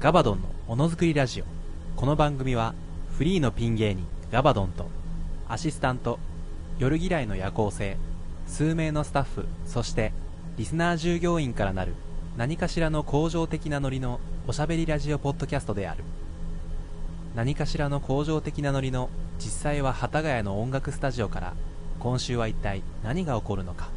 ガバドンのものづくりラジオ。この番組はフリーのピン芸人ガバドンとアシスタント、夜嫌いの夜行性、数名のスタッフ、そしてリスナー従業員からなる何かしらの向上的なノリのおしゃべりラジオポッドキャストである。何かしらの向上的なノリの実際は幡ヶ谷の音楽スタジオから、今週は一体何が起こるのか。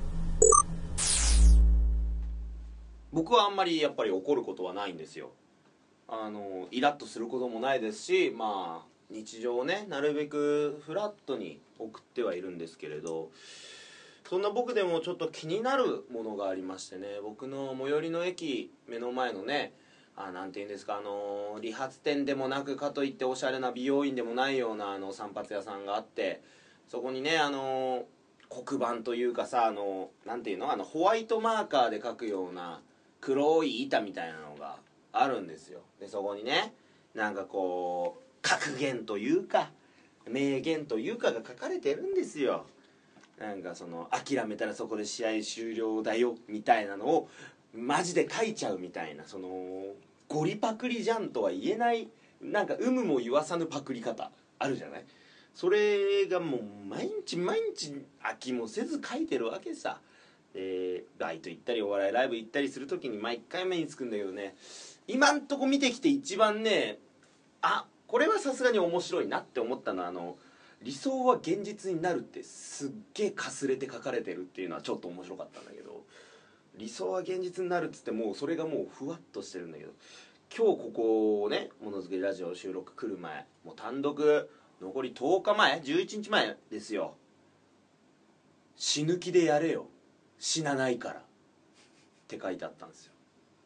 僕はあんまりやっぱり怒ることはないんですよ。イラッとすることもないですし、まあ日常をね、なるべくフラットに送ってはいるんですけれど、そんな僕でもちょっと気になるものがありましてね。僕の最寄りの駅目の前のね、なんていうんですか、理髪店でもなく、かといっておしゃれな美容院でもないような散髪屋さんがあって、そこにね、黒板というかさ、なんていうの、ホワイトマーカーで描くような黒い板みたいなのがあるんですよ。でそこにね、なんかこう格言というか名言というかが書かれてるんですよ。なんか諦めたらそこで試合終了だよみたいなのをマジで書いちゃうみたいな、ゴリパクリじゃんとは言えない、なんか有無も言わさぬパクリ方あるじゃない。それがもう毎日飽きもせず書いてるわけさ。でバイト行ったりお笑いライブ行ったりするときに毎回目につくんだけどね、今んとこ見てきて一番ね、これはさすがに面白いなって思ったのは、理想は現実になるってすっげえかすれて書かれてるっていうのはちょっと面白かったんだけど、理想は現実になるっつってもうそれがもうふわっとしてるんだけど、今日ここね、ものづくりラジオ収録来る前、もう単独残り10日前11日前ですよ。死ぬ気でやれよ、死なないからって書いてあったんですよ。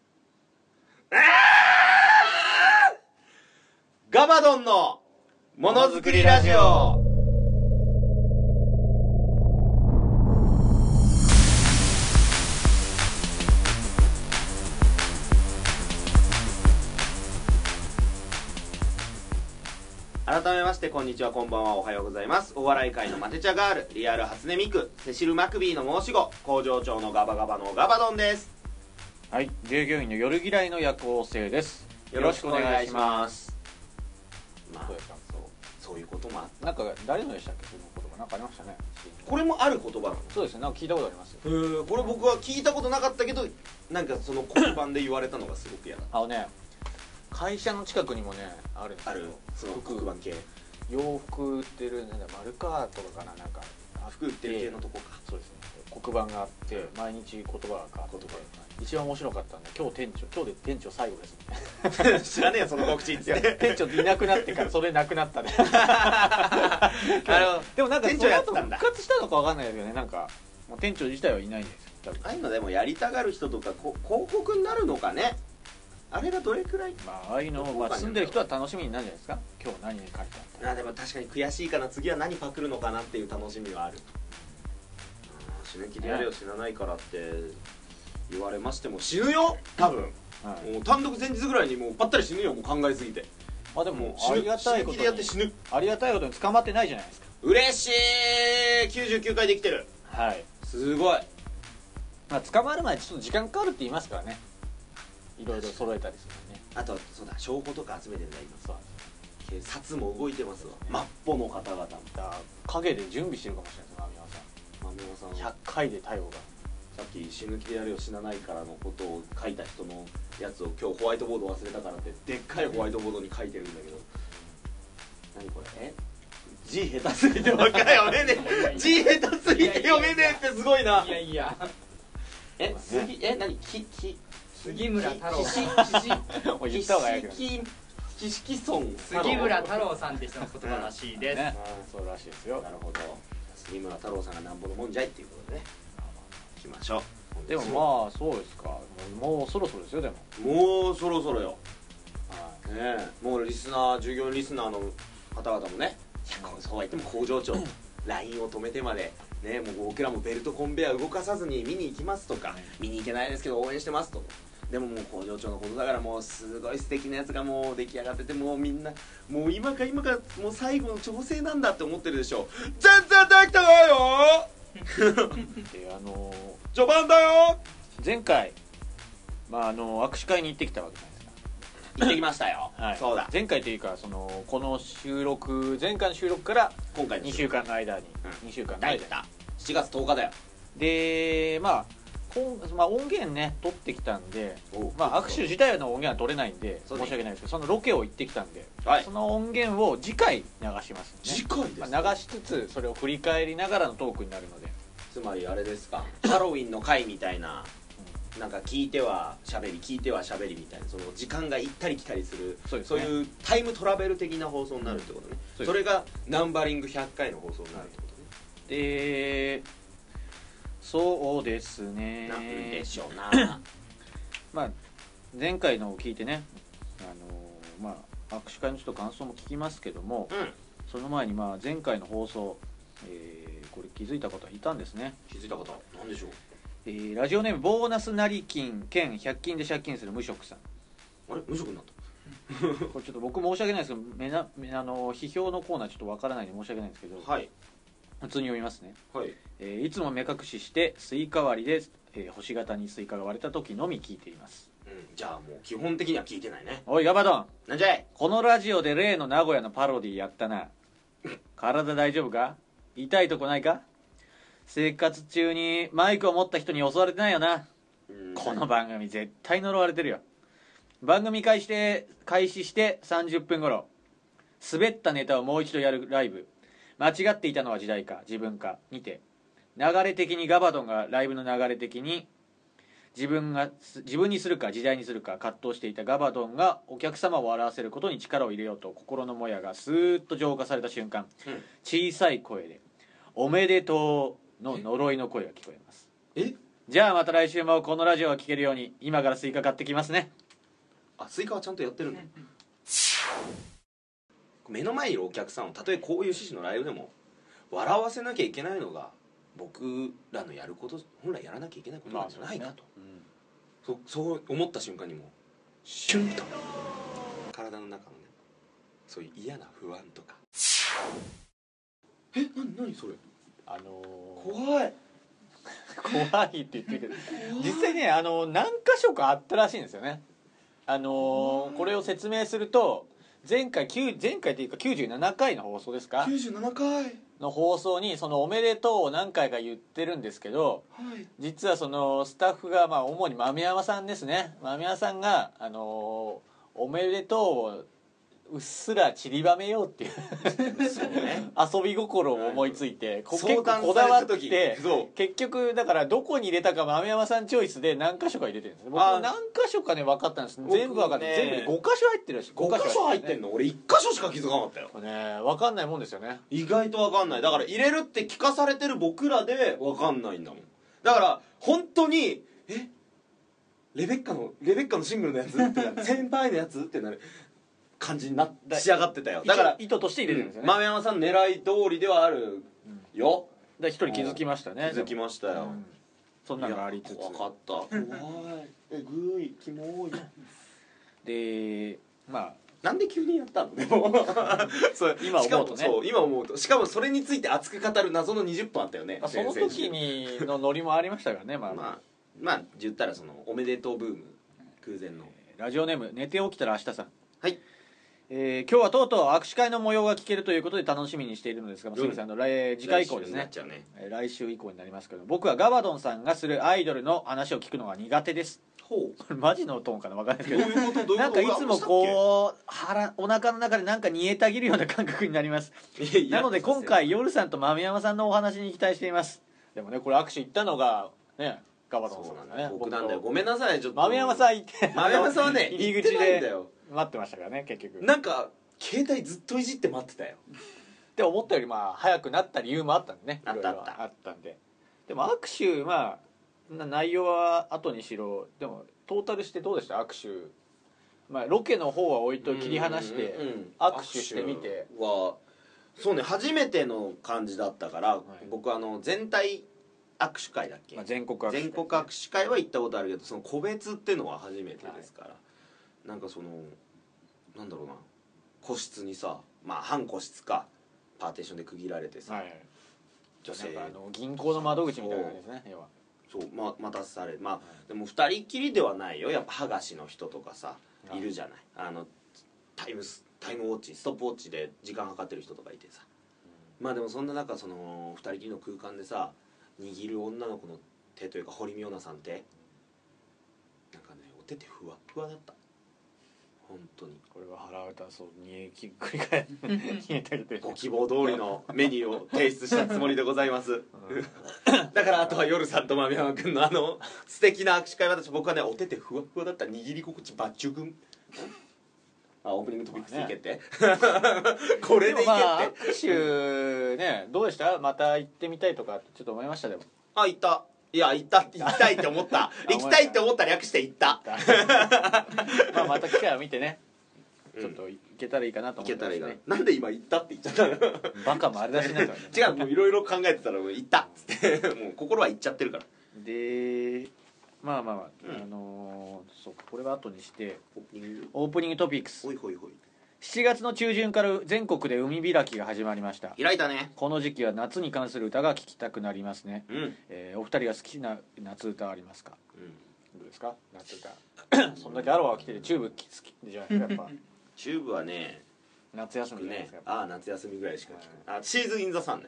ガバドンのものづくりラジオ。改めましてこんにちは、こんばんは、おはようございます。お笑い界のマテ茶ガール、リアル初音ミク、セシル・マクビーの申し子、工場長のガバガバのガバドンです。 はい、従業員の夜嫌いの夜行性です。 よろしくお願いします。 そうですか。 そういうこともあった。 なんか誰のでしたっけ、その言葉なんかありましたね。 これもある言葉なの？ そうですね、なんか聞いたことあります。 これ僕は聞いたことなかったけど、なんか黒板で言われたのがすごく嫌だ。 会社の近くにもねあるんですよ。 ある、その黒板系洋服売ってるマルカーとかかな、なんか服売ってる系のとこか。 そうですね、黒板があって毎日言葉が変わって、一番面白かったんで、今日で店長最後ですね知らねえよその告知っつって。 店長いなくなってからそれなくなったねでもなんか店長やってたんだ。 復活したのかわかんないですよね。なんかもう店長自体はいないんですよ。 ああいうのでもやりたがる人とか広告になるのかね。あれがどれくらい、 ああいうのを住んでる人は楽しみになるんじゃないですか。今日何に書いてあった。 でも確かに悔しいかな、次は何パクるのかなっていう楽しみはある。死ぬ気でやれよ、死なないからって言われましても死ぬよ多分、もう単独前日ぐらいにもうぱったり死ぬよ、もう考えすぎて。 でもありがたいことに死ぬ気でやって死ぬ。 ありがたいことに捕まってないじゃないですか。 嬉しい。99回できてる。 はい、 すごい。 捕まるまでちょっと時間かかるって言いますからね。いろいろ揃えたりするね。 あとそうだ、証拠とか集めてんだ今。 そう警察も動いてますわ、マッポの方々。 影で準備してるかもしれないです。 間宮さん 100回で逮捕が。 さっき死ぬ気でやれよ死なないからのことを書いた人のやつを今日ホワイトボード忘れたからってでっかいホワイトボードに書いてるんだけど、何これ、字下手すぎて分か読めねえ。字下手すぎて読めねえってすごいな。 いや何杉村太郎さん岸村杉村太郎さんって人の言葉らしいです、 そうらしいですよ。 なるほど。杉村太郎さんがなんぼのもんじゃいっていうことでね、行きましょう。 でもそうですか、もうそろそろですよ。でももうそろそろよ。もう従業員リスナーの方々もね、そうは言っても工場長LINE を止めてまでね、もう僕らもベルトコンベヤー動かさずに見に行きますとか、見に行けないですけど応援してますと。でももう工場長のことだから、もうすごい素敵なやつがもう出来上がってて、もうみんなもう今かもう最後の調整なんだって思ってるでしょ。全然できてないよ序盤だよ。 前回握手会に行ってきたわけじゃないですか。 行ってきましたよ、 はい、 そうだ前回というかこの前回の収録から今回の 2週間の間に、2週間の間に 7月10日だよ。 で音源ね取ってきたんで、握手自体の音源は取れないんで申し訳ないですけど、そのロケを行ってきたんで、 はい、 その音源を次回流しますね。 次回です、 流しつつそれを振り返りながらのトークになるので、 つまりあれですか、ハロウィンの回みたいな、なんか聞いては喋り聞いては喋りみたいな、その時間が行ったり来たりする、そういうタイムトラベル的な放送になるってことね。それがナンバリング100回の放送になるってことね。 でそうですね、 なんでしょうな前回のを聞いてね、握手会のちょっと感想も聞きますけども、その前に前回の放送、これ気づいた方いたんですね。 気づいた方なんでしょう。 ラジオネームボーナス成金兼100均で借金する無職さん。 あれ無職になったこれちょっと僕申し訳ないですけど批評のコーナーちょっとわからないんで申し訳ないんですけど、 はい、 普通に読みますね。 はい。 いつも目隠ししてスイカ割りで、星型にスイカが割れた時のみ聞いています。 じゃあもう基本的には聞いてないね。 おいガバドン、 なんじゃい。 このラジオで例の名古屋のパロディやったな。体大丈夫か？痛いとこないか？生活中にマイクを持った人に襲われてないよな。この番組絶対呪われてるよ。番組開始して30分頃、滑ったネタをもう一度やるライブ、間違っていたのは時代か自分かにて、流れ的にガバドンがライブの流れ的に自分にするか時代にするか葛藤していたガバドンがお客様を笑わせることに力を入れようと心のもやがスーッと浄化された瞬間、小さい声でおめでとうの呪いの声が聞こえます。じゃあまた来週もこのラジオが聴けるように今からスイカ買ってきますね。 スイカはちゃんとやってるんだ。目の前にいるお客さんをたとえこういう趣旨のライブでも笑わせなきゃいけないのが僕らのやること、本来やらなきゃいけないことなんじゃないかと、そう思った瞬間にもシュンと体の中のね、そういう嫌な不安とか何それ、怖い怖いって言ってるけど実際ね何箇所かあったらしいんですよね。これを説明すると前回というか97回の放送ですか、 97回の放送にそのおめでとうを何回か言ってるんですけど、実はそのスタッフが主に豆山さんですね、豆山さんがおめでとうをうっすら散りばめようっていう遊び心を思いついて、結構こだわって結局だからどこに入れたか豆山さんチョイスで何箇所か入れてるんです。僕も何箇所かね分かったんです。全部分かって、全部で5箇所入ってるらしい。 5箇所入ってんの？俺1箇所しか気づかなかったよ。 ね、分かんないもんですよね。意外と分かんない。だから入れるって聞かされてる僕らで分かんないんだもん。だから本当にレベッカのシングルのやつってなる先輩のやつってなる感じに仕上がってたよ。だから意図として入れてるんですよね。 豆山さんの狙い通りではあるよ。 一人気づきましたね。 気づきましたよ。 そんなのがありつつ。 分かった。怖い。ぐいキモい。 でなんで急にやったの？でも今思うとね。 今思うとしかもそれについて熱く語る謎の20分あったよね。 その時のノリもありましたからね。 言ったらそのおめでとうブーム空前の。 ラジオネーム寝て起きたら明日さん。 はい。 今日はとうとう握手会の模様が聞けるということで楽しみにしているのですが、すみません次回以降ですね。来週以降になりますけど、僕はガバドンさんがするアイドルの話を聞くのが苦手です。これマジのトーンかな分かんないですけど、なんかいつもこうお腹の中でなんか煮えたぎるような感覚になります。なので今回夜さんと豆山さんのお話に期待しています。でもね、これ握手行ったのがねガバドンさんなんだね。 僕なんだよ。ごめんなさい。ちょっと豆山さん行って豆山さんはね入り口で待ってましたからね。結局なんか携帯ずっといじって待ってたよって思ったより早くなった理由もあったんでね。 あったんで。でも握手内容は後にしろ、でもトータルしてどうでした握手。ロケの方は置いと切り離して握手してみてはそうね、初めての感じだったから、僕全体握手会だっけ、 全国握手会は行ったことあるけど、その個別っていうのは初めてですから、なんかなんだろうな、個室にさ、半個室かパーテーションで区切られてさ、 女性銀行の窓口みたいな感じですね。 そう待たされでも2人きりではないよ。やっぱ剥がしの人とかさ、 いるじゃないタイムウォッチストップウォッチで時間計ってる人とかいてさ、まあでもそんな中その2人きりの空間でさ握る女の子の手というか堀美央奈さんってなんかねお手手ふわふわだった。本当にこれは腹歌そう煮えひっくり返煮えたりご希望通りのメニューを提出したつもりでございますだからあとは夜さんと豆山君の素敵な握手会私僕はねお手手ふわふわだった握り心地抜群オープニングトピックスいけって、これでいけって、 握手ねどうでした？また行ってみたいとかちょっと思いました。でも行った行きたいって思った行きたいって思った略して行ったまた機会を見てねちょっと行けたらいいかなと思ってますね。 なんで今行ったって言っちゃったのバカ丸出しになった違うもういろいろ考えてたら行ったっつってもう心は行っちゃってるからでそうこれは後にしてオープニングトピックス。 ほいほいほい。 7月の中旬から全国で海開きが始まりました。 開いたね。 この時期は夏に関する歌が聴きたくなりますね、お二人が好きな夏歌はありますか？どうですか夏歌そんだけアロハ着ててチューブ好きじゃないですか。やっぱチューブはね夏休みじゃないですか。 夏休みぐらいしか聞くシーズンインザサンね、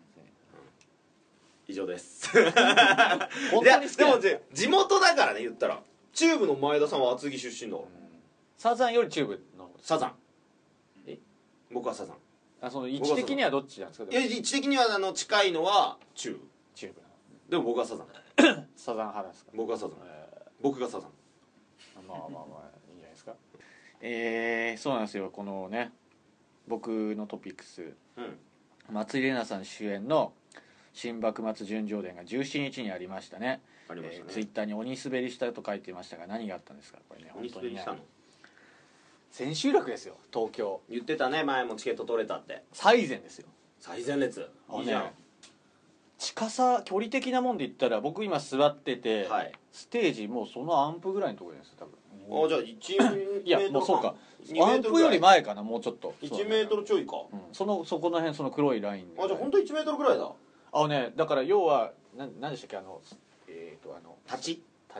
以上です本当に好きでも地元だからね言ったらチューブの前田さんは厚木出身だから、 サザンよりチューブのサザン僕はサザン。 その位置的にはどっちなんですか？ いや位置的には近いのはチューブでも僕はサザンサザン派ですか？ 僕はサザン、僕がサザン。 まあいいんじゃないですか。そうなんですよ。このね僕のトピックス、松井玲奈さん主演の新幕末純情伝が17日にありましたね。 ありましたね。 ツイッターに鬼滑りしたと書いてましたが何があったんですかこれね。 鬼滑りしたの？ 千秋楽ですよ東京。 言ってたね前もチケット取れたって。 最前ですよ。 最前列いいじゃん。 近さ距離的なもんで言ったら僕今座ってて、ステージもうそのアンプぐらいのところですよ多分。 じゃあ1 いやもうそうかアンプより前かなもうちょっと 1メートルちょいか、 そこの辺その黒いラインじゃあ本当1メートルぐらいだ。 だから要は何でしたっけ立ち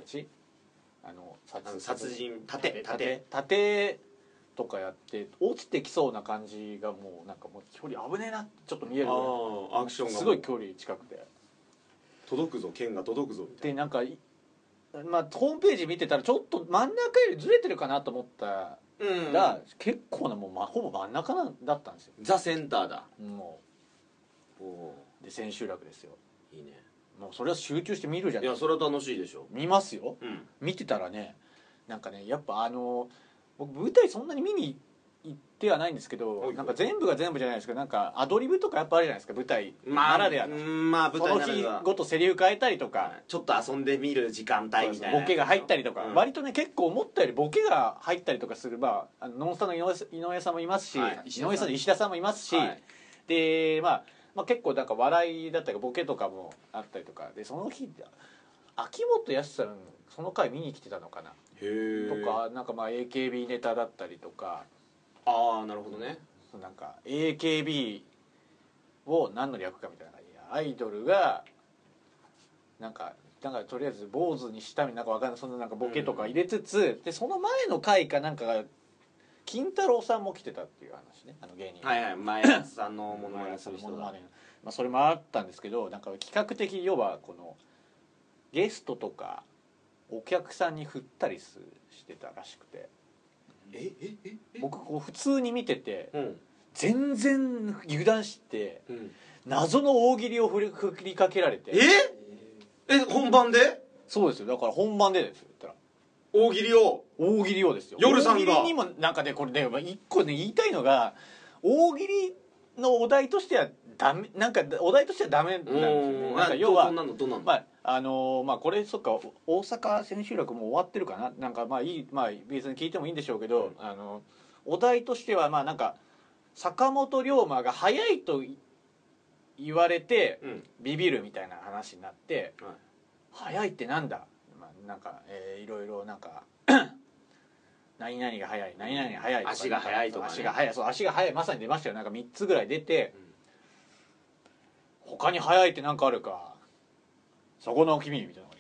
殺人盾とかやって落ちてきそうな感じがもうなんかもう距離危ねえなちょっと見えるぐらいアクションがすごい距離近くて届くぞ剣が届くぞみたいな。 でなんかホームページ見てたらちょっと真ん中よりずれてるかなと思ったら、結構なもうほぼ真ん中だったんですよ。 ザ・センターだ。 もうで千秋楽ですよ。 いいね。 もうそれは集中して見るじゃない。 いやそれは楽しいでしょ。 見ますよ、見てたらねなんかねやっぱ僕舞台そんなに見に行ってはないんですけど、なんか全部が全部じゃないですけどなんかアドリブとかやっぱあるじゃないですか舞台ならではの、 舞台ならではその日ごとセリフ変えたりとか、 ちょっと遊んでみる時間帯みたいなボケが入ったりとか、割とね結構思ったよりボケが入ったりとかするノンスタの井上さんもいますし、井上さんの石田さんもいますし、で結構なんか笑いだったりボケとかもあったりとかで、その日秋元康さんその回見に来てたのかなとか、なんかAKB ネタだったりとか。 なるほどね。 なんか AKB を何の略かみたいな感じでアイドルがなんかとりあえず坊主にしたみたいな分かんないそんななんかボケとか入れつつ、でその前の回かなんか金太郎さんも来てたっていう話ね、芸人前田さんのモノマネする人だ。 それもあったんですけど、なんか企画的要はこのゲストとかお客さんに振ったりしてたらしくて、僕こう普通に見てて、全然油断して、謎の大喜利を振りかけられて、 本番で？ そうですよ。だから本番でですよ言ったら大喜利をですよ。 夜さんが大喜利にもなんかねこれね一個ね言いたいのが、大喜利のお題としてはダメ、なんかお題としてはダメなんですよね。なんか要はこれそっか大阪千秋楽もう終わってるかな、なんか別に聞いてもいいんでしょうけど、お題としてはなんか坂本龍馬が速いと言われてビビるみたいな話になって、速いってなんだ、なんかいろいろなんか何々が速い何々が速いとか、 足が速いとかね、 足が速いまさに出ましたよ。なんか3つぐらい出て、他に速いって何かあるかそこの君みたいな。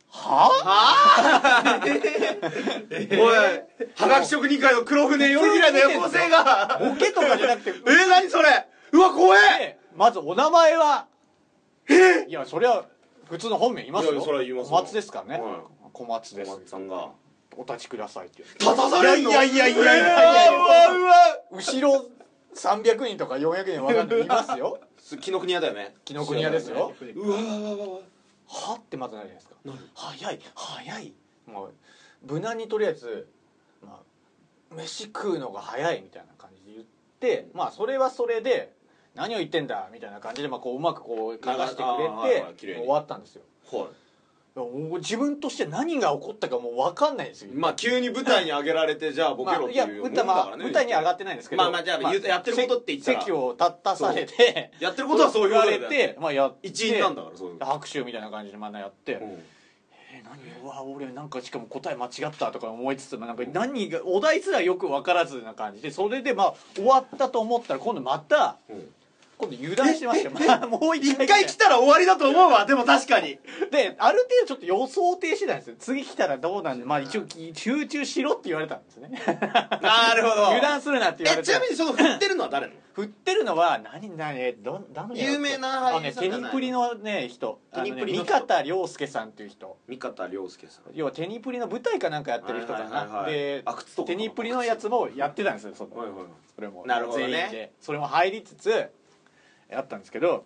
はおいはがき職人会の黒船夜嫌いの夜行性がボケとかじゃなくて何それうわ怖えでまずお名前はいやそれは普通の本名言いますよ。 いやそれは言いますよ小松ですからね、 はい小松です。 小松さんがお立ちくださいって立たされんのいやいやいやいやいやうわうわ後ろ300人とか400人わかんないいますよ。 紀ノ国屋だよね紀ノ国屋ですよ。 うわうわうわうわはってまずなるじゃないですか。 なる早いもう無難にとりあえず、まあ、飯食うのが早いみたいな感じで言って、まあそれはそれで何を言ってんだみたいな感じで、まあ、こううまくこう流してくれて終わったんですよ。 はいもう自分として何が起こったかもう分かんないんですよ。 まあ急に舞台に上げられてじゃあボケろっていうもんだからね舞台に上がってないんですけど、 まあじゃあやってることって言ったら席を立たされてやってることはそういう言われことだよて、まあ、やって一員なんだからそういう拍手みたいな感じでまだやって、何うわ俺なんかしかも答え間違ったとか思いつつ、なんか何がお題すらよく分からずな感じで、それでまあ終わったと思ったら今度また今度油断してましたよ。まあもう一回来たら終わりだと思うわでも確かにである程度ちょっと予想定してたんですよ。次来たらどうなんで、まあ一応集中しろって言われたんですね。 なるほど油断するなって言われて。 ちなみにその振ってるのは誰なの振ってるのは誰有名な俳優さんじゃないテニプリのね人、 テニプリの人三方亮介さんっていう人、 三方亮介さん要はテニプリの舞台かなんかやってる人かな。で靴とかテニプリのやつもやってたんですよ。それもなるほどね全員でそれも入りつつやったんですけど、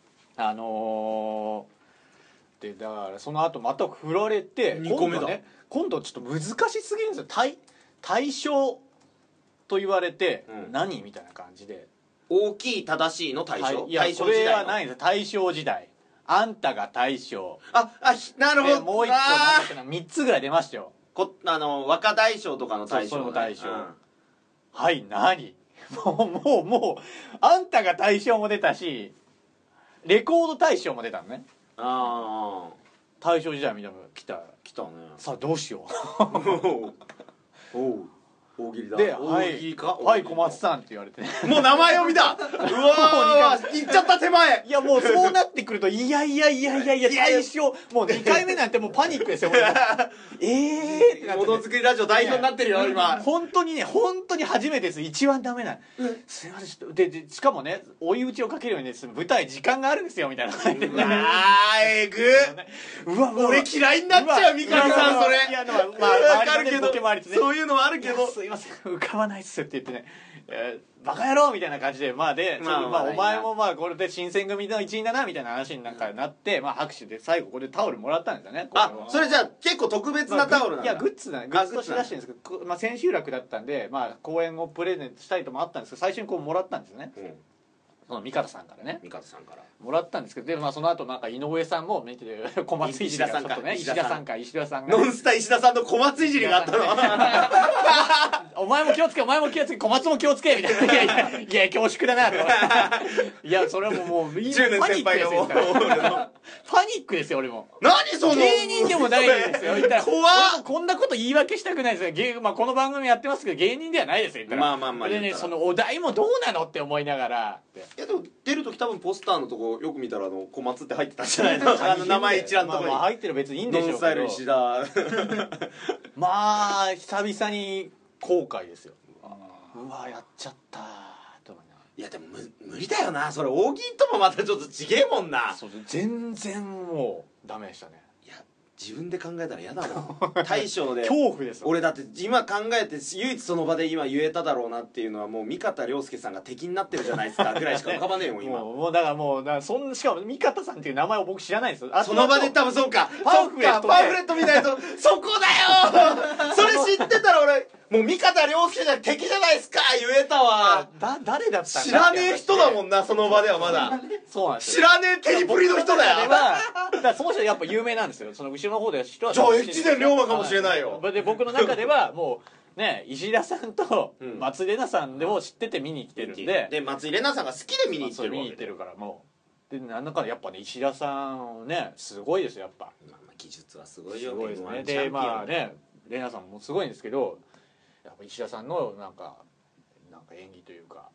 でだからその後また振られて 2個目だ今度ちょっと難しすぎるんですよ。対象と言われて、何みたいな感じで大きい正しいの対象いやそれはないんですよ。大正時代あんたが大正なるほどもう一個なんだっけな3つぐらい出ましたよ。 若大将とかの大将その大将、はい何もうあんたが大賞も出たしレコード大賞も出たのね。 ああ大正時代みたいなのが来たねさあどうしようおう大喜利だで大喜利かはい小松さんって言われてねもう名前を見たうわー行っちゃった手前いやもうそうなってくるといや大賞もう2回目なんてもうパニックですよ。ってなってものづくりラジオ代表になってるよ今本当に初めてです一番ダメなすいませんちょっとでしかもね追い打ちをかけるようにです舞台時間があるんですよみたいな感じでえぐうわ俺嫌いになっちゃう三上さんそれいやまあわかるけどそういうのはあるけどすいません浮かばないっすって言ってねバカ野郎みたいな感じでお前もまあこれで新選組の一員だなみたいな話になんかなって拍手で最後これでタオルもらったんですよね。 それじゃあ結構特別なタオルなんだ。 いやグッズとして出してるんですけど千秋楽だったんで公演をプレゼントしたいともあったんですけど最初にこうもらったんですよね。その三方さんからねもらったんですけど、でその後なんか井上さんも見てて小松いじりがちょっとね石田さんがノンスタ石田さんの小松いじりがあったのお前も気をつけ小松も気をつけみたいないや恐縮だなといやそれはもう 10年先輩のパニックですよ俺も。 何その芸人でもないですよ。 怖っ俺もこんなこと言い訳したくないですよ。この番組やってますけど芸人ではないですよ。 まあでねそのお題もどうなのって思いながらいやでも出る時多分ポスターのとこよく見たら小松って入ってたんじゃないの名前一覧のとこに入ってる別にいいんでしょうけどノンスタイル石田まあ久々に後悔ですよ。うわやっちゃったと思いながら。 いやでも無理だよなそれ大喜利ともまたちょっと違えもんな。 そう全然もうダメでしたね。 いや自分で考えたら嫌だもん大将で恐怖です俺だって今考えて唯一その場で今言えただろうなっていうのはもう三方亮介さんが敵になってるじゃないですかぐらいしか浮かばねえよ今もうだからそんなしかも三方さんっていう名前を僕知らないんですよ。 その場で多分そうかパンフレット見ないとそこだよそれ知ってたら俺もう三方亮介じゃ敵じゃないですか言えたわ誰だったんだ知らねえ人だもんなその場ではまだそうなんです知らねえテニプリの人だよだからその人やっぱ有名なんですよ。その後ろの方では人はじゃあ越前龍馬かもしれないよ。 で僕の中ではもうね石田さんと松井玲奈さんでも知ってて見に来てるんで松井玲奈さんが好きで見に行ってる見に行ってるからもうでなんだかんだやっぱね石田さんねすごいですよやっぱ技術はすごいよすごいですね。でまあね玲奈さんもすごいんですけどやっぱ石田さんのなんか演技というか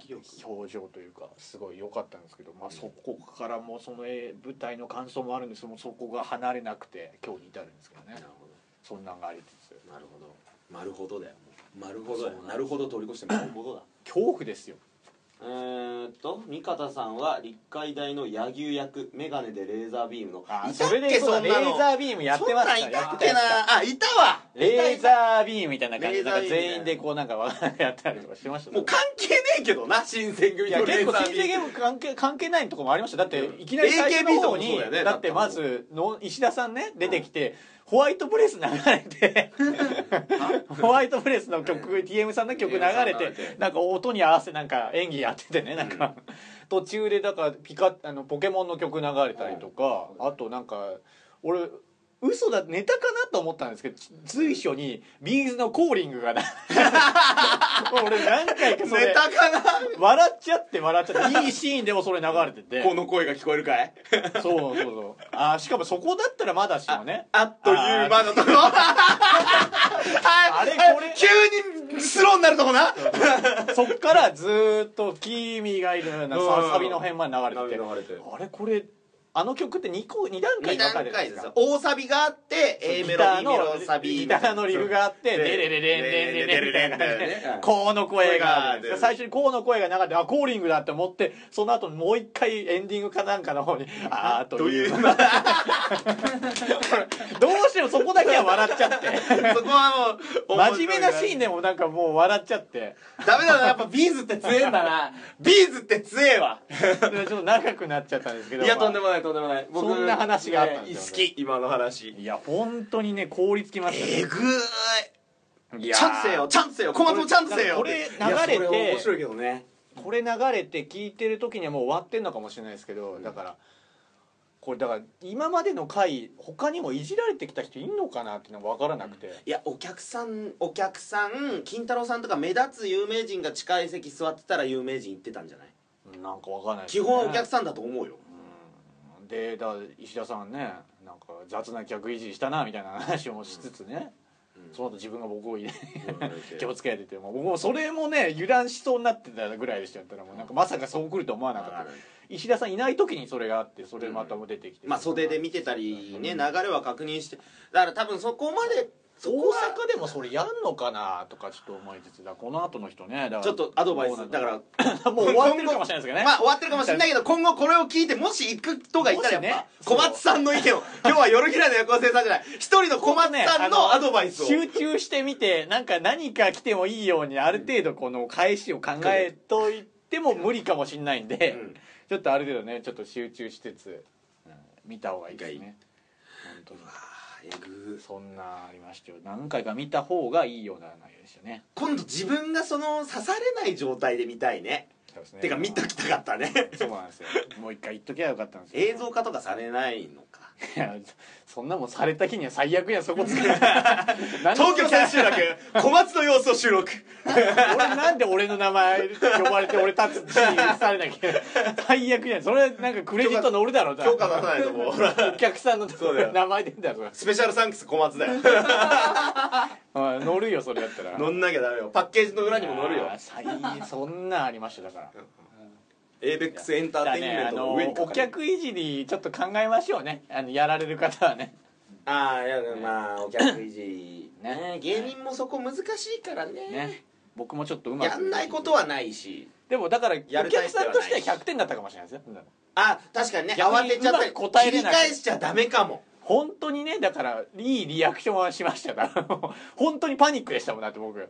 表情というかすごい良かったんですけど、まあ、そこからもうその舞台の感想もあるんですけども、そこが離れなくて今日に至るんですけどね。 なるほど、 そんなんがありつつ、 なるほど、なるほどだよ、なるほどだよ、なるほど通り越してなるほどだ。 恐怖ですよ。 三方さんは立海大の柳生役、メガネでレーザービームの、いたっそれでけそんなの、 レーザービームやってました。 そんなんいたっけなあ、いたわ、 レーザービームみたいな感じでなんか全員でこうなんかやったりとかしてましたね。 もう関係ねえけどな、新選組いやとレ結構ーザービーム新生ゲーム関係ないとこもありました。だっていきなり最初の AKB と方にかもそうだよねだってまずの石田さんね出てきて、ホワイトブレス流れてホワイトブレスの曲 TM さんの曲流れてなんか音に合わせなんか演技やっててね、なんか途中でだからポケモンの曲流れたりとか、あとなんか俺嘘だネタかなと思ったんですけど、随所にビーズのコーリングが俺何回かそれネタかな、 笑っちゃっていいシーンでもそれ流れててこの声が聞こえるかい、 そうしかもそこだったらまだしもね、 あっという間のところあれこれ急にスローになるとこな、 そっからずーっと君がいるようなサビの辺まで流れてて、 流れてあれこれあの曲って2段階に分かれてるんですか。 大サビがあって A メロ B メロサビギターのリフがあってデレレレンレンレンレンみたいな感じでコーの声が最初にコーの声が流れてコーリングだって思って、その後もう一回エンディングかなんかの方にというどうしてもそこだけは笑っちゃってそこはもう真面目なシーンでもなんかもう笑っちゃってダメだな、やっぱビーズって強えんだなビーズって強えわちょっと長くなっちゃったんですけど、 いやとんでもないとんでもない、 そんな話があったんですよ、 好き今の話、 いや本当にね凍りつきましたね。 えぐい、ちゃんとせよちゃんとせよ、小松もちゃんとせよ、 これ流れていやそれ面白いけどね、 これ流れて聞いてる時にはもう終わってんのかもしれないですけど、だからこれだから今までの回他にもいじられてきた人いんのかなっていうのが分からなくて、 いやお客さん金太郎さんとか目立つ有名人が近い席座ってたら有名人行ってたんじゃない、 なんか分かんないです基ね、 本はお客さんだと思うよ、 でだから石田さんねなんか雑な客いじりしたなみたいな話もしつつね、その後自分が僕を気をつけてて、僕もそれもね油断しそうになってたぐらいでしたったら、もうなんかまさかそう来ると思わなかった、石田さんいない時にそれがあって、それまた出てきて、 まあ袖で見てたりね、流れは確認して、だから多分そこまで大阪でもそれやんのかなとかちょっと思いつつだ、この後の人ねだからちょっとアドバイスだからもう終わってるかもしれないですけどね、 まあ終わってるかもしれないけど、今後これを聞いてもし行く人がいたらやっぱ、 もしね小松さんの意見を今日は夜嫌いの横瀬さんじゃない一人の小松さんのアドバイスを、 集中してみて何か来てもいいようにある程度この返しを考えといても無理かもしれないんで、ちょっとある程度ねちょっと集中しつつ、見た方がいいですね。本当にえぐそんなありましたよ。何回か見た方がいいような内容でしたね。 今度自分がその刺されない状態で見たいね。 そうですね、 てか見ときたかったね。 そうなんですよ。もう一回言っときゃよかったんですよ。 映像化とかされないのか。 いやそんなもんされた日には最悪や、そこつけ東京千秋楽小松の様子を収録。 なんで俺の名前呼ばれて俺立つしされなきゃ最悪じゃん。それなんかクレジット乗るだろ。 許可出さないともうお客さんの名前出んだよそれ。 スペシャルサンクス小松だよ。 乗るよそれだったら。 乗んなきゃダメよ。パッケージの裏にも乗るよ。 そんなんありました。だからエイベックスエンターテインメントの上にお客いじりちょっと考えましょうね、やられる方はね。 ああ、いやまあお客いじりね、芸人もそこ難しいからね。 僕もちょっとうまくやんないことはないし、 でもだからお客さんとしては100点だったかもしれないですよ。 あ、確かにね、慌てちゃったり切り返しちゃダメかも。 本当にね、だからいいリアクションはしましたから本当にパニックでしたもん。だって僕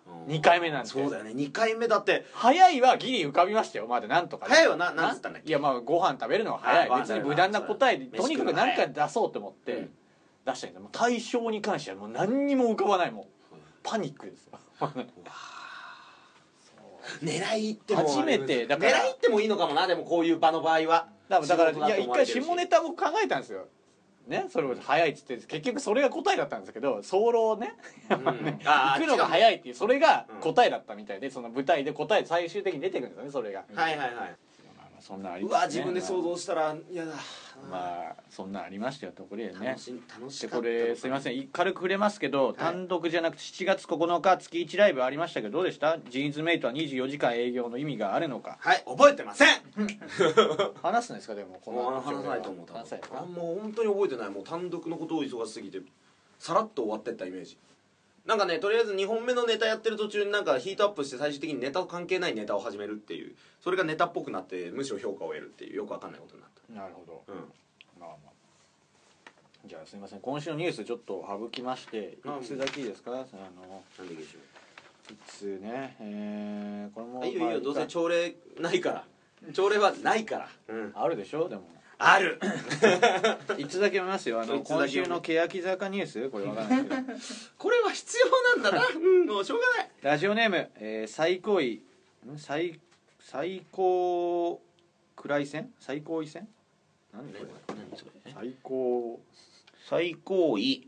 2回目なんで。 そうだよね、2回目だって。 早いはギリ浮かびましたよ、まだなんとか。 早いはなんつったんだっけ。 いやまあご飯食べるのは早い、別に無難な答えでとにかく何か出そうと思って出したんです。対象に関してはもう何にも浮かばない、もうパニックですよ狙いっても初めてだから狙いってもいいのかもな。でもこういう場の場合はだからいや一回下ネタも考えたんですよね。それを早いっつって結局それが答えだったんですけど、早漏ね行くのが早いっていうそれが答えだったみたいで、その舞台で答え最終的に出てくるんですよね、それが。 はいはいはい。 そんなありうわ自分で想像したら嫌だ。 まあそんなありましたよところでね。 楽しかった。 でこれすいません軽く触れますけど、 い単独じゃなくて7月9日月1ライブありましたけどどうでした？ジーンズメイトは24時間営業の意味があるのか。 はい、覚えてません。 話すんですか？でもこもうの話さないと思う。 話さないかもう本当に覚えてない。もう単独のことを忙しすぎてさらっと終わってったイメージ。なんかね、とりあえず2本目のネタやってる途中になんかヒートアップして最終的にネタと関係ないネタを始めるっていう、それがネタっぽくなってむしろ評価を得るっていうよくわかんないことになった。 なるほど、 うん。 まあまあじゃあすいません今週のニュースちょっと省きまして一通だけいいですか？ なんででしょ一通ねこれもう。いいよいいよ、どうせま朝礼ないから。朝礼はないから。うん。 ああるでしょでもある。 一通だけ読みますよ一通だけ今週の欅坂ニュースこれわかんないですけどこれは必要なんだな。うん、もうしょうがない。 ラジオネーム、最高位最高位戦最高位戦何これ何それ？ 最高最高位。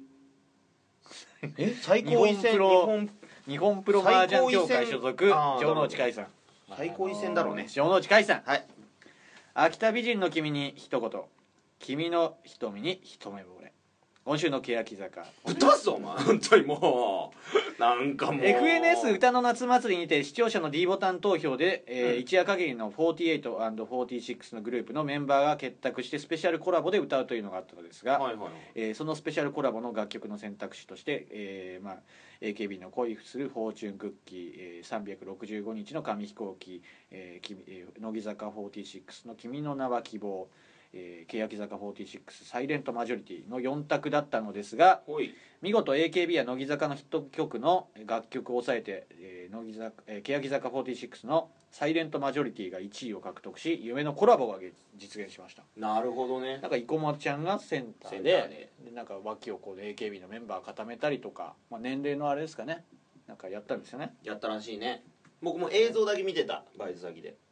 最日本プロ日日本プロ麻雀協会所属あー城之内海さん最高位戦だろうね。 城之内海さんはい。 秋田美人の君に一言君の瞳に一目惚れ今週の欅坂ぶっ飛ばすぞお前。本当にもうなんかもう FNS 歌の夏祭りにて視聴者の D ボタン投票で、一夜限りの 48&46 のグループのメンバーが結託してスペシャルコラボで歌うというのがあったのですが、 はいはいはい。 そのスペシャルコラボの楽曲の選択肢として、AKB の恋するフォーチュンクッキー、365日の紙飛行機、乃木坂46の君の名は希望、欅坂46サイレントマジョリティの4択だったのですがほい。 見事 AKB や乃木坂のヒット曲の楽曲を抑えて、欅坂46のサイレントマジョリティが1位を獲得し夢のコラボが実現しました。 なるほどね。 なんか生駒ちゃんがセンターセンターででなんか脇をこうで AKB のメンバー固めたりとか、年齢のあれですかねなんかやったんですよね。 やったらしいね。僕も映像だけ見てた、バイト先で。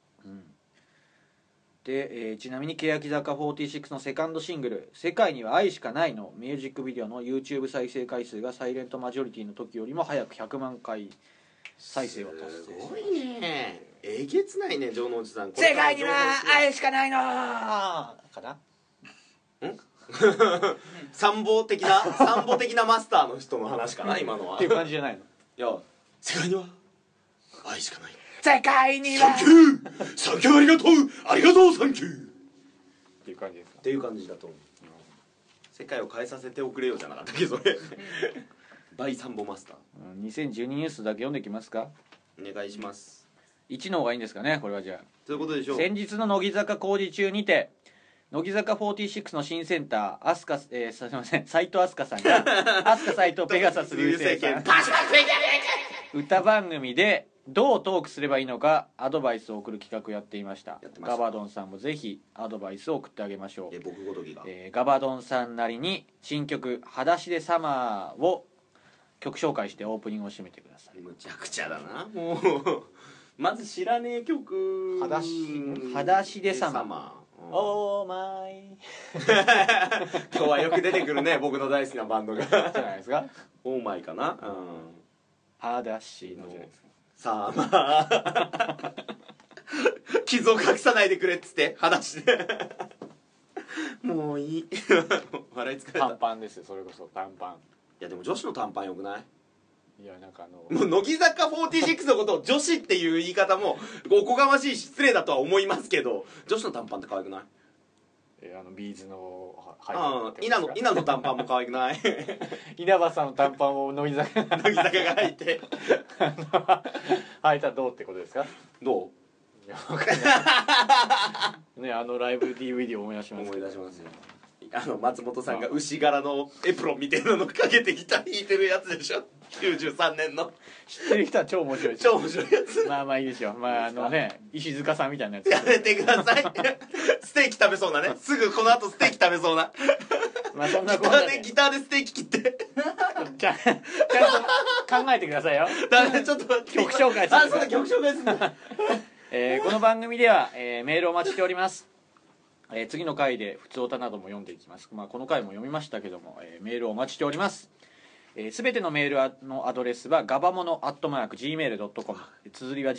で、ちなみに欅坂46のセカンドシングル「世界には愛しかない」のミュージックビデオの YouTube 再生回数がサイレントマジョリティの時よりも早く100万回再生を達成すごいね。えげつないね、城之内さん。 世界には愛しかないのかな。 参謀的なマスターの人の話かな今のは。 っていう感じじゃないの。 いや、世界には愛しかない。 世界にはサンキューサンキューありがとうありがとうサンキューっていう感じですか。 っていう感じだと思う。世界を変えさせておくれよじゃなかったっけそれ。バイサンボマスター。 2012ニュースだけ読んできますか。 お願いします。 1の方がいいんですかねこれは。じゃあそういうことでしょう。 先日の乃木坂工事中にて乃木坂46の新センターすいません斉藤飛鳥さんが飛鳥斉藤ペガサス流星さん歌番組でどうトークすればいいのかアドバイスを送る企画をやっていました。 やってましたガバドンさんもぜひアドバイスを送ってあげましょう。 僕ごときが。 ガバドンさんなりに新曲「裸足でサマー」を曲紹介してオープニングを締めてください。 むちゃくちゃだなもう。まず知らねえ曲。 裸足でサマー。オーマイ今日はよく出てくるね僕の大好きなバンドが。 じゃないですか。 オーマイかな。 裸足のじゃないですか。 さあまあ傷を隠さないでくれっつって話でもういい笑い疲れた。 短パンですよそれこそ短パン。 いやでも女子の短パンよくない？ いやなんかもう乃木坂46のことを女子っていう言い方もおこがましい失礼だとは思いますけど女子の短パンって可愛くない？ ビーズの稲の短パンも可愛くない？ 稲葉さんの短パンを乃木坂が乃木坂が履いて履いたらどうってことですか？ どう？ いや分かんないねライブ DVD を思い出します思い出しますよ。松本さんが牛柄のエプロンみたいなのかけてギター弾いてるやつでしょ。93年の知ってる人は超面白いです。 超面白いやつ。 まあいいですよ。石塚さんみたいなやつやめてください。ステーキ食べそうなね。すぐこの後ステーキ食べそうな。 そんなことでギターでステーキ切ってちゃんと考えてくださいよ。 ダメちょっと待って曲紹介する。 そうだ曲紹介するんだ。 この番組では、メールをお待ちしております。次の回で普通歌なども読んでいきます。この回も読みましたけども、メールをお待ちしております。 すべてのメールのアドレスはガバモノ@gmail.com、 綴りは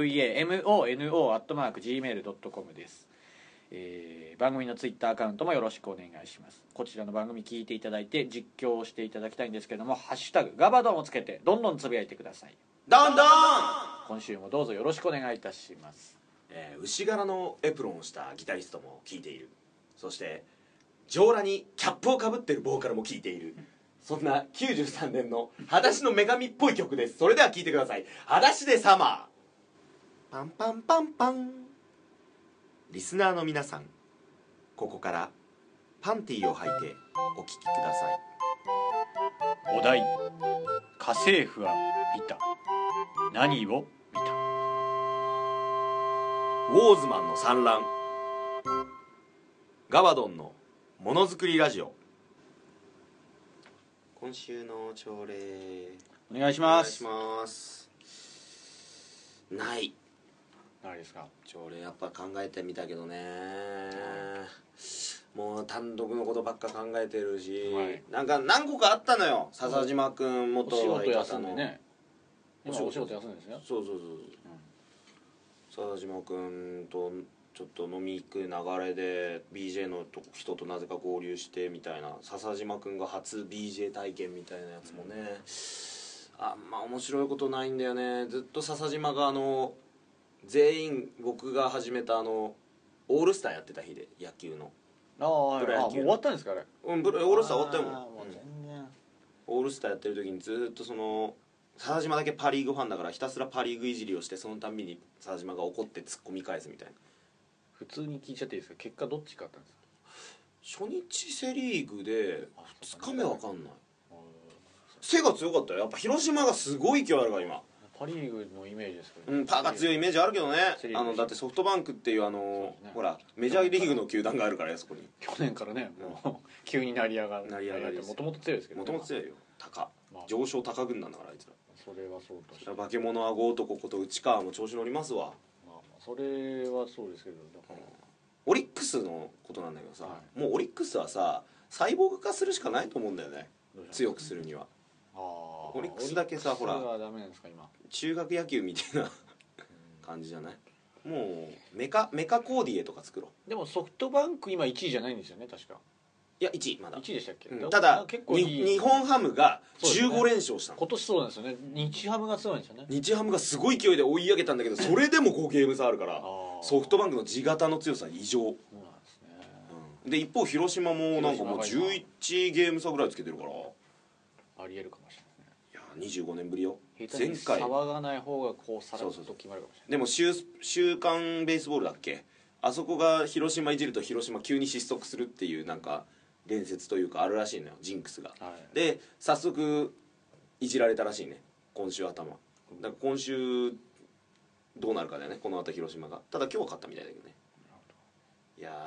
GAVAMONO@gmail.com です。番組のツイッターアカウントもよろしくお願いします。こちらの番組聞いていただいて実況をしていただきたいんですけども、ハッシュタグガバドンをつけてどんどんつぶやいてください。 どんどん今週もどうぞよろしくお願いいたします。 牛柄のエプロンをしたギタリストも聴いている。そして上裸にキャップをかぶってるボーカルも聴いている。そんな93年の裸足の女神っぽい曲です。それでは聴いてください。裸足でサマー。パンパンパンパン。リスナーの皆さん、ここからパンティーを履いてお聴きください。 お題、家政婦は見た。何を見た？ ウォーズマンの産卵。ガバドンのものづくりラジオ。今週の朝礼お願いしお願いします。 ます。ない何ですか？ 朝礼やっぱ考えてみたけどね、もう単独のことばっか考えてるし、 はい、 なんか何個かあったのよ。笹島くん元お仕事相休んで方のね。今お仕事休んでるんですよ。 そうそうそう、笹島くんとちょっと飲み行く流れで BJ の人となぜか合流してみたいな、笹島くんが初 BJ 体験みたいなやつもね、あんま面白いことないんだよね。ずっと笹島が全員僕が始めたオールスターやってた日で、野球のはい、 プロ野球もう終わったんですかあれ。 オールスター終わったよ。 もう全然、 オールスターやってる時にずっと笹島だけパリーグファンだからひたすらパリーグいじりをして、そのたんびに笹島が怒って突っ込み返すみたいな。 普通に聞いちゃっていいですか？結果どっち勝ったんですか？ 初日セリーグで2日目わかんない。 あ背が強かったよ。やっぱ広島がすごい勢いあるから今。 パリーグのイメージですけど、 パーが強いイメージあるけどね。 セリーグだってソフトバンクっていうねほらメジャーリーグの球団があるからね、そこに。 去年からね、もう急に成り上がる。 成り上がりです。 もともと強いですけど、 もともと強いよ。 まあ上昇高軍なんだからあいつら。 それはそうとして、 化け物顎男こと内川も調子乗りますわ。 まあそれはそうですけど、だからオリックスのことなんだけどさ、 はもうオリックスはさサイボーグ化するしかないと思うんだよね。 どうした強くするには。オリックスだけさ、ほらオリックスはダメなんですか今。 中学野球みたいな感じじゃない？もうメカコーディエとか作ろう。 でもソフトバンク今1位じゃないんですよね、確か。 いや1位まだ。 1位でしたっけ？ ただ結構いい日本ハムが15 そうですね連勝したの。 今年そうなんですよね。日ハムが強いんですよね。 日ハムがすごい勢いで追い上げたんだけど、それでも5ゲーム差あるからソフトバンクの地型の強さ異常。 そうなんですね。 で一方広島もなんかもう11ゲーム差ぐらいつけてるから、いありえるかもしれや25年ぶりよ。 ないですね。 前回騒がない方がこうさらっと決まるかもしれない。 でも週刊ベースボールだっけ、あそこが広島いじると広島急に失速するっていうなんか伝説というかあるらしいのよ、ジンクスが。 はいで早速いじられたらしいね、今週頭。だから今週どうなるかだよね、この後広島が。ただ今日は勝ったみたいだけどね。いや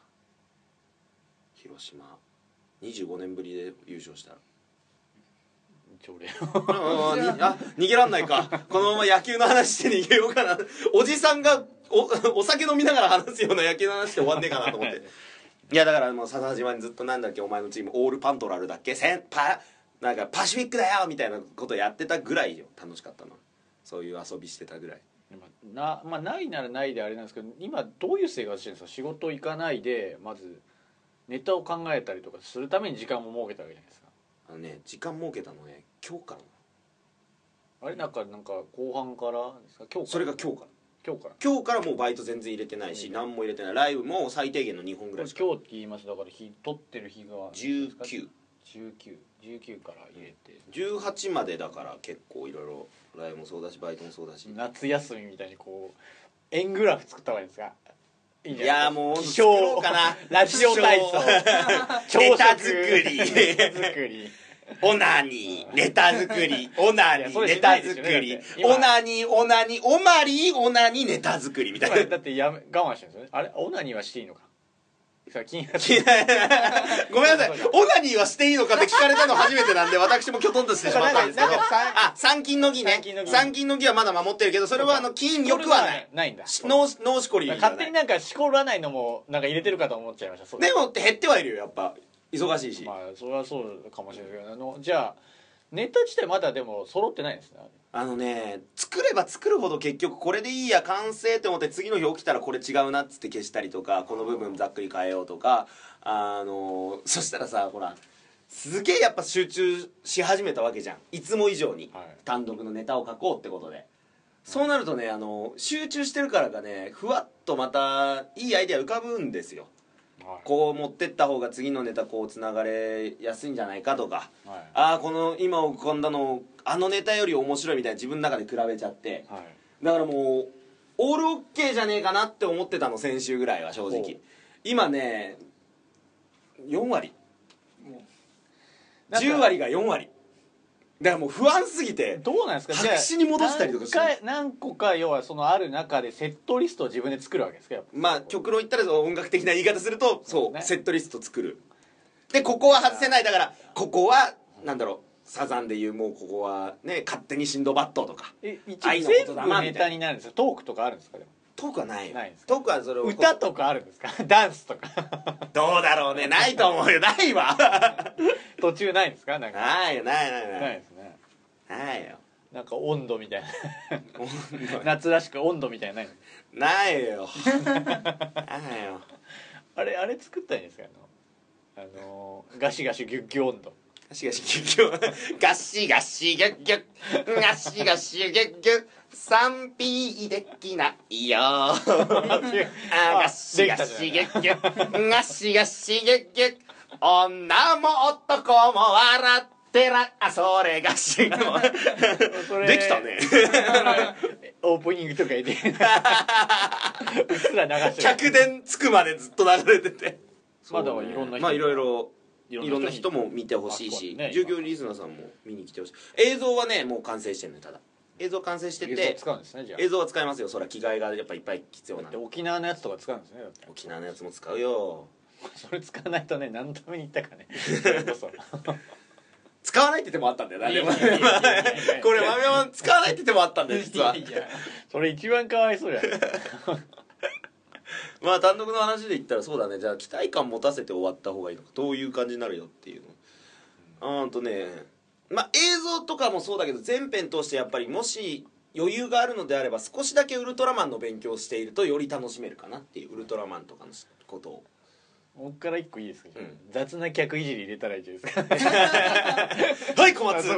ー広島25年ぶりで優勝したら朝礼逃げらんないか。このまま野球の話して逃げようかな。おじさんがお酒飲みながら話すような野球の話で終わんねえかなと思っていやだからもう笹島にずっとなんだっけお前のチームオールパントラルだっけなんかパシフィックだよみたいなことやってたぐらいよ、楽しかったの。そういう遊びしてたぐらい。 まあないならないであれなんですけど、今どういう生活してるんですか？仕事行かないでまずネタを考えたりとかするために時間も設けたわけじゃないですか。 時間設けたのね今日からなの。 あれなんか後半からですか？今日からそれが今日から今日からもうバイト全然入れてないし、何も入れてない。ライブも最低限の2本ぐらいしか。 今日って言いますだから撮ってる日が 19 から入れて 18までだから結構いろいろライブもそうだしバイトもそうだし。 夏休みみたいにこう円グラフ作った方がいいですか？いいんいじゃないですか？ やもう気作ろ象うかな。 ラジオ体操ネタ作りネタ作りオナニーネタ作りオナニいやそれーネタしないですよね作りだって今オナニーオナニーオマリーオナニーネタ作りみたいな。 だって我慢してるんですよね。あれオナニーはしていいのかさあ気になってごめんなさい、オナニーはしていいのかって聞かれたの初めてなんで私もきょとんとしてしまったんですけど、 なんか三金の儀ね。三金の儀はまだ守ってるけど、それは禁欲はない。 ないんだ。 脳しこりはない。 勝手になんかしこらないのもなんか入れてるかと思っちゃいました。そうでも減ってはいるよやっぱ忙しいし。 まあそれはそうかもしれないけどじゃあネタ自体まだでも揃ってないんですね。 作れば作るほど結局これでいいや完成って思って次の日起きたらこれ違うなっつって消したりとかこの部分ざっくり変えようとかそしたらさほらすげえやっぱ集中し始めたわけじゃんいつも以上に、 はい、単独のネタを書こうってことでそうなるとね集中してるからかねふわっとまたいいアイデア浮かぶんですよ、はい、こう持ってった方が次のネタこうつながれやすいんじゃないかとか、はい、この今浮かんだのネタより面白いみたいな自分の中で比べちゃって、はい、だからもうオールオッケーじゃねえかなって思ってたの先週ぐらいは正直今ね4割10割が4割だからもう不安すぎてどうなんですか白紙に戻したりとかして何個か要はそのある中でセットリストを自分で作るわけですかまあ極論言ったら音楽的な言い方するとそう、ね、セットリスト作るでここは外せないだからここはなんだろうサザンでいうもうここはね勝手にシンドバッドとか愛のことだなみたいな全部ネタになるんですかトークとかあるんですかでもトークはないよないんですトークはそれを歌とかあるんですかダンスとかどうだろうねないと思うよないわ途中ないんですかなんかないよないですねないよなんか温度みたいな夏らしく温度みたいなないよないよあれ作ったらいいんですかガシガシギュッギュ温度ガシガシギュッギュガシガシギュッギュガシガシギュッギュ賛否できないよガシガシギュッギュガシガシギュッギュ女も男も笑ってそれがしできたねオープニングとかでうっすら流して客電つくまでずっと流れててまだいろんな人まあいろんな人も見てほしいし従業リスナーさんも見に来てほしい映像はねもう完成してるねただ映像完成してて映像使うんですねじゃあ映像は使いますよそりゃ着替えがやっぱいっぱい必要なんで沖縄のやつとか使うんですね沖縄のやつも使うよそれ使わないとね何のために行ったかね使わないって手もあったんだよなこれ豆山使わないって手もあったんだよ実はそれ一番かわいそうじゃんまあ単独の話で言ったらそうだねじゃあ期待感持たせて終わった方がいいのかどういう感じになるよっていうのまあ映像とかもそうだけど全編通してやっぱりもし余裕があるのであれば少しだけウルトラマンの勉強をしているとより楽しめるかなっていうウルトラマンとかのことを僕から一個いいですか、雑な客いじり入れたらいいじゃないですかはい小松い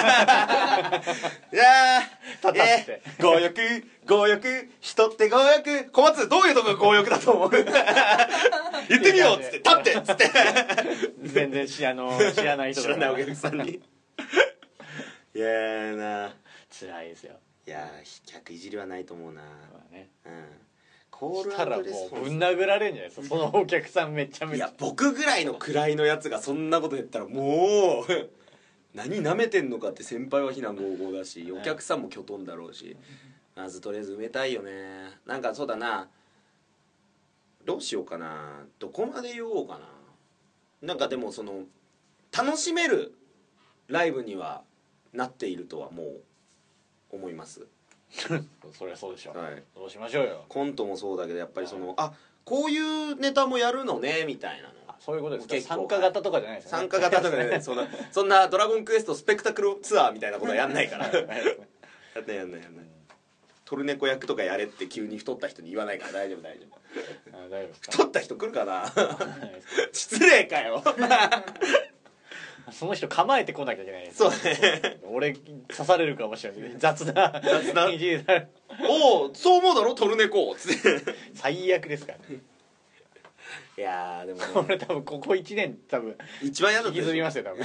や強欲人って強欲小松どういうとこが強欲だと思う言ってみようっつって立ってっつって全然知らない人知らないお客さんにいやーな辛いですよいや客いじりはないと思うなねコールしたらもうぶん殴られるんじゃないですかそのお客さんめちゃめちゃいや僕ぐらいの位のやつがそんなこと言ったらもう何舐めてんのかって先輩は非難合々だしお客さんもきょとんだろうしまずとりあえず埋めたいよねなんかそうだなどうしようかなどこまで言おうかななんかでもその楽しめるライブにはなっているとはもう思いますそりゃそうでしょ、 はい、 どうしましょうよコントもそうだけどやっぱりそのこういうネタもやるのねみたいなのそういうことですか参加型とかじゃないですよね参加型とかじゃないそんなドラゴンクエストスペクタクルツアーみたいなことはやんないからやんないトルネコ役とかやれって急に太った人に言わないから大丈夫太った人来るかな失礼かよその人構えてこなきゃいけないそうね俺刺されるかもしれない雑なおおそう思うだろトルネコつって最悪ですからねいやでもね俺多分ここ1年多分一番嫌だった引きずりますよ多分い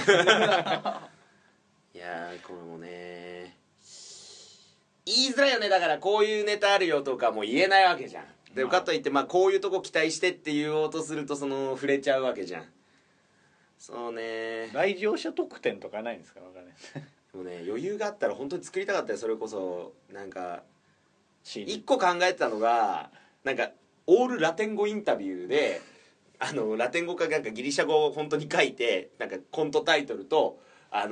やこれもね言いづらいよねだからこういうネタあるよとかも言えないわけじゃんでかといってこういうとこ期待してって言おうとすると触れちゃうわけじゃんそうね来場者特典とかないんですか分かんないでもね余裕があったら本当に作りたかったよそれこそなんか一個考えてたのがなんかオールラテン語インタビューでラテン語かなんかギリシャ語を本当に書いてなんかコントタイトルと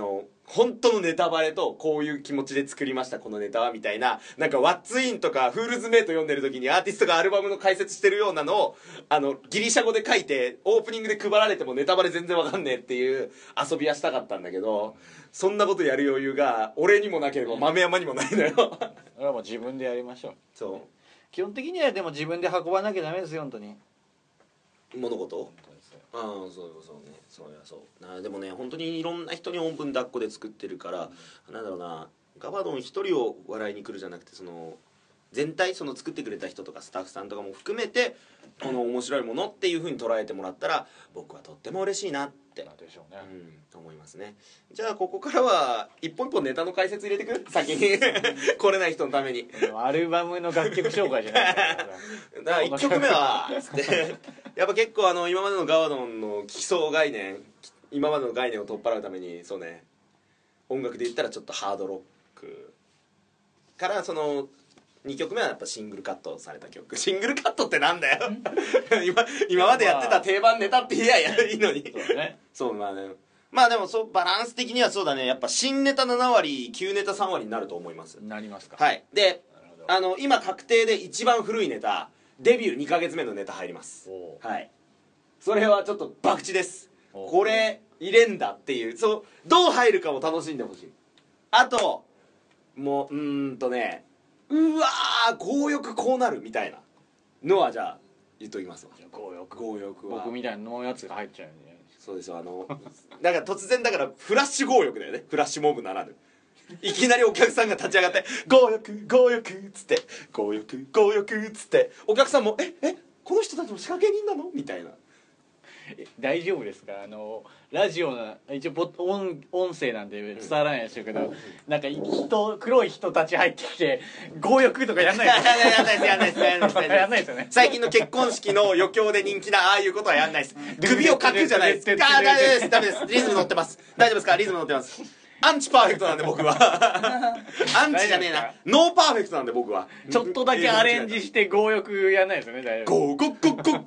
本当のネタバレとこういう気持ちで作りましたこのネタはみたいな、なんかワッツインとかフールズメイト読んでる時にアーティストがアルバムの解説してるようなのをギリシャ語で書いてオープニングで配られてもネタバレ全然わかんねえっていう遊びはしたかったんだけど、そんなことやる余裕が俺にもなければ豆山にもないのよそれはもう自分でやりましょう。 そ基本的にはでも自分で運ばなきゃダメですよ本当に。 う物事ああそうねそうやそうでもね本当にいろんな人におんぶん抱っこで作ってるから、なんだろうな、ガバドン一人を笑いに来るじゃなくて、その全体その作ってくれた人とかスタッフさんとかも含めてこの面白いものっていう風に捉えてもらったら僕はとっても嬉しいなってでしょうね、 思いますね。じゃあここからは一本一本ネタの解説入れてく先に来れない人のためにアルバムの楽曲紹介じゃないからだから1曲目はつってやっぱ結構今までのガバドンの基礎概念、今までの概念を取っ払うためにそうね、音楽で言ったらちょっとハードロックからその2曲目はやっぱシングルカットされた曲。シングルカットってなんだよ今までやってた定番ネタって言えやいいのにそうだねそうまあでもそうバランス的にはそうだね、やっぱ新ネタ7割旧ネタ3割になると思います。 なりますか。 はいで今確定で一番古いネタデビュー2ヶ月目のネタ入ります。はい、それはちょっと博打です。これ入れんだっていう、そうどう入るかも楽しんでほしい。あともうね、うわー強欲こうなるみたいなのはじゃあ言っときますわ。強欲は僕みたいなのやつが入っちゃうんで。 そうですよだから突然だからフラッシュ強欲だよね、フラッシュモブならぬいきなりお客さんが立ち上がって強欲っつって強欲っつってお客さんもこの人たちも仕掛け人なのみたいな。 大丈夫ですか？ラジオの一応音声なんで伝わらないでしょうけど、なんか黒い人たち入ってきて強欲とかやんないですやんないですよね。最近の結婚式の余興で人気なああいうことはやんないです。首をかくじゃないです。ダメですリズム乗ってます。大丈夫ですか？リズム乗ってます。アンチパーフェクトなんで僕はアンチじゃねえな、ノーパーフェクトなんで僕は。 ちょっとだけアレンジして強欲やんないですよね。大丈夫。強欲大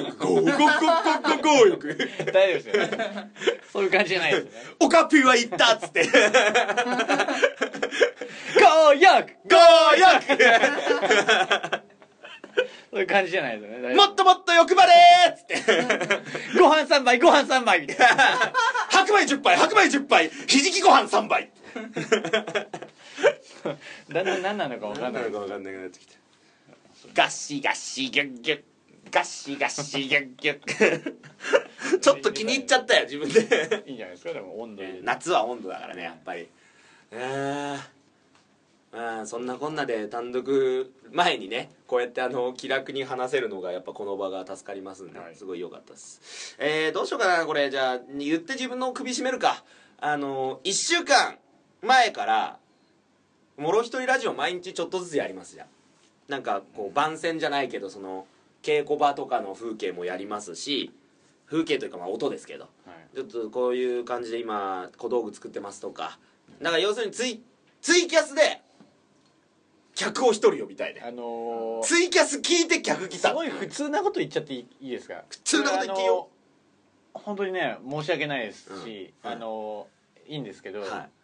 丈夫ですよね。そういう感じじゃないですよね。 オカピーは言ったっつって強欲強そういう感じじゃないですよね。 もっともっと欲張れーっつってご飯3杯みたいな白米10杯ひじきご飯3杯だんだん何なのか分かんないくなってきて、ガッシガッシギュッギュッガッシガッシギュッギュッちょっと気に入っちゃったよ自分でいいんじゃないですか。でも温度夏は温度だからねやっぱり。そんなこんなで単独前にねこうやって気楽に話せるのがやっぱこの場が助かりますんで、すごい良かったです。どうしようかなこれ。じゃあ言って自分の首絞めるか。1週間前からもろ一人ラジオ毎日ちょっとずつやります。じゃんなんかこう番宣じゃないけどその稽古場とかの風景もやりますし、風景というかまあ音ですけど、ちょっとこういう感じで今小道具作ってますとか、だから要するにツイキャスで客を一人呼びたいね。ツイキャス聞いて客来た。 すごい普通なこと言っちゃっていいですか？ 普通なこと言っていいよ。 本当にね申し訳ないですし、いいんですけど、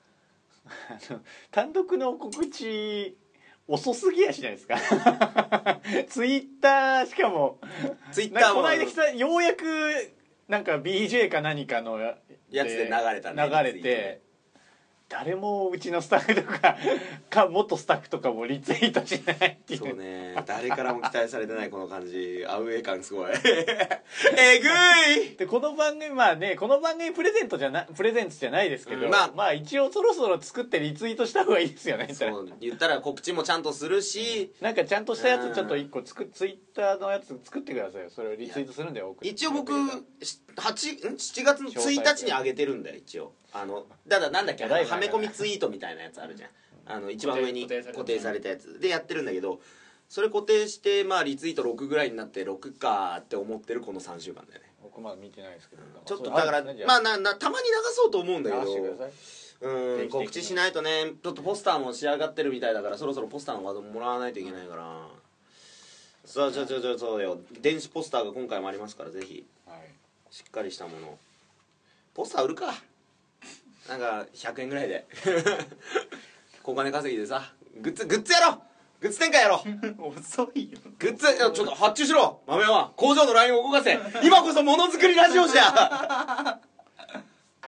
単独の告知遅すぎやしないですかツイッターしかもツイッターもこの間来たようやくなんか BJ か何かのやつで流れたね。 流れて誰もうちのスタッフとか元スタッフとかもリツイートしないっていう。 そうね、誰からも期待されてないこの感じ、アウェー感すごいえぐい。 でこの番組この番組プレゼンツじゃないですけど、まあ一応そろそろ作ってリツイートした方がいいですよね。 そう言ったら告知もちゃんとするし、 なんかちゃんとしたやつちょっと1個ツイッターのやつ作ってくださいよ。それをリツイートするんで一応僕7月の1日に上げてるんだよ一応。だからなんだっけはめ込みツイートみたいなやつあるじゃん。一番上に固定されたやつでやってるんだけど、それ固定してまあリツイート6ぐらいになって6かって思ってるこの3週間だよね。 僕まだ見てないですけど、 ちょっとだからまあたまに流そうと思うんだけど、告知しないとね。ちょっとポスターも仕上がってるみたいだからそろそろポスターの画像もらわないといけないから、そうそうよ、電子ポスターが今回もありますからぜひしっかりしたもの。ポスター売るかなんか100円ぐらいで小金稼ぎでさグッズやろう、グッズ展開やろう遅いよ。 グッズちょっと発注しろ豆は工場のラインを動かせ今こそものづくりラジオじゃ